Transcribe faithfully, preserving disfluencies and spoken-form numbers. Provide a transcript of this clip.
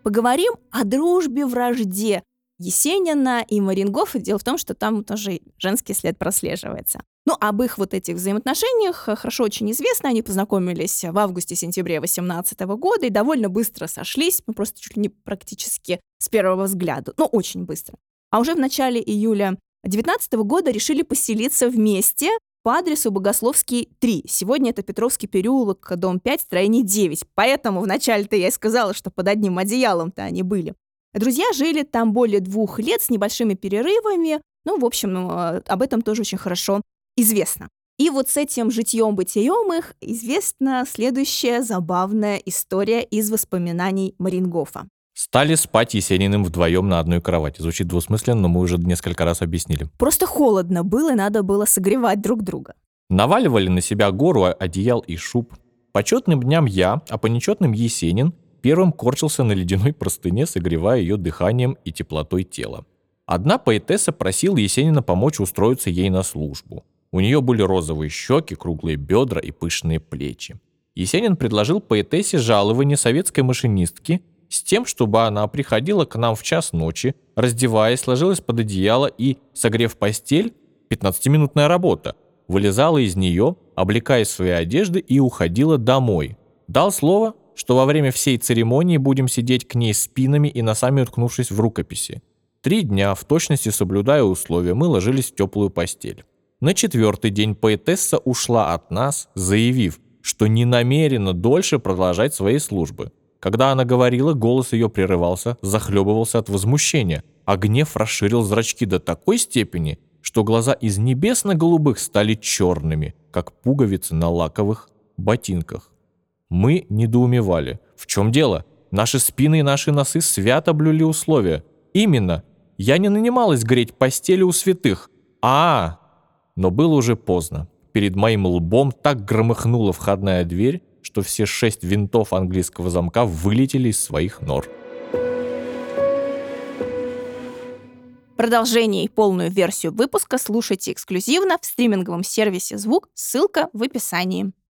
Поговорим о дружбе-вражде Есенина и Марингофа. Дело в том, что там тоже женский след прослеживается. Ну, об их вот этих взаимоотношениях хорошо очень известно. Они познакомились в августе-сентябре восемнадцатого года и довольно быстро сошлись, ну, просто чуть ли не практически с первого взгляда, но очень быстро. А уже в начале июля девятнадцатого года решили поселиться вместе по адресу Богословский, три. Сегодня это Петровский переулок, дом пять, строение девять. Поэтому вначале-то я и сказала, что под одним одеялом-то они были. Друзья жили там более двух лет с небольшими перерывами. Ну, в общем, об этом тоже очень хорошо известно. И вот с этим житьем-бытием их известна следующая забавная история из воспоминаний Марингофа. Стали спать Есениным вдвоем на одной кровати. Звучит двусмысленно, но мы уже несколько раз объяснили. Просто холодно было, и надо было согревать друг друга. Наваливали на себя гору одеял и шуб. По четным дням я, а по нечетным Есенин первым корчился на ледяной простыне, согревая ее дыханием и теплотой тела. Одна поэтесса просила Есенина помочь устроиться ей на службу. У нее были розовые щеки, круглые бедра и пышные плечи. Есенин предложил поэтессе жалование советской машинистки с тем, чтобы она приходила к нам в час ночи, раздеваясь, ложилась под одеяло и, согрев постель, пятнадцатиминутная работа, вылезала из нее, облекаясь в свои одежды и уходила домой. Дал слово, что во время всей церемонии будем сидеть к ней спинами и носами уткнувшись в рукописи. Три дня, в точности соблюдая условия, мы ложились в теплую постель. На четвертый день поэтесса ушла от нас, заявив, что не намерена дольше продолжать свои службы. Когда она говорила, голос ее прерывался, захлебывался от возмущения, а гнев расширил зрачки до такой степени, что глаза из небесно-голубых стали черными, как пуговицы на лаковых ботинках. Мы недоумевали. В чем дело? Наши спины и наши носы свято блюли условия. Именно. Я не нанималась греть постели у святых. А, но было уже поздно. Перед моим лбом так громыхнула входная дверь, что все шесть винтов английского замка вылетели из своих нор. Продолжение и полную версию выпуска слушайте эксклюзивно в стриминговом сервисе «Звук». Ссылка в описании.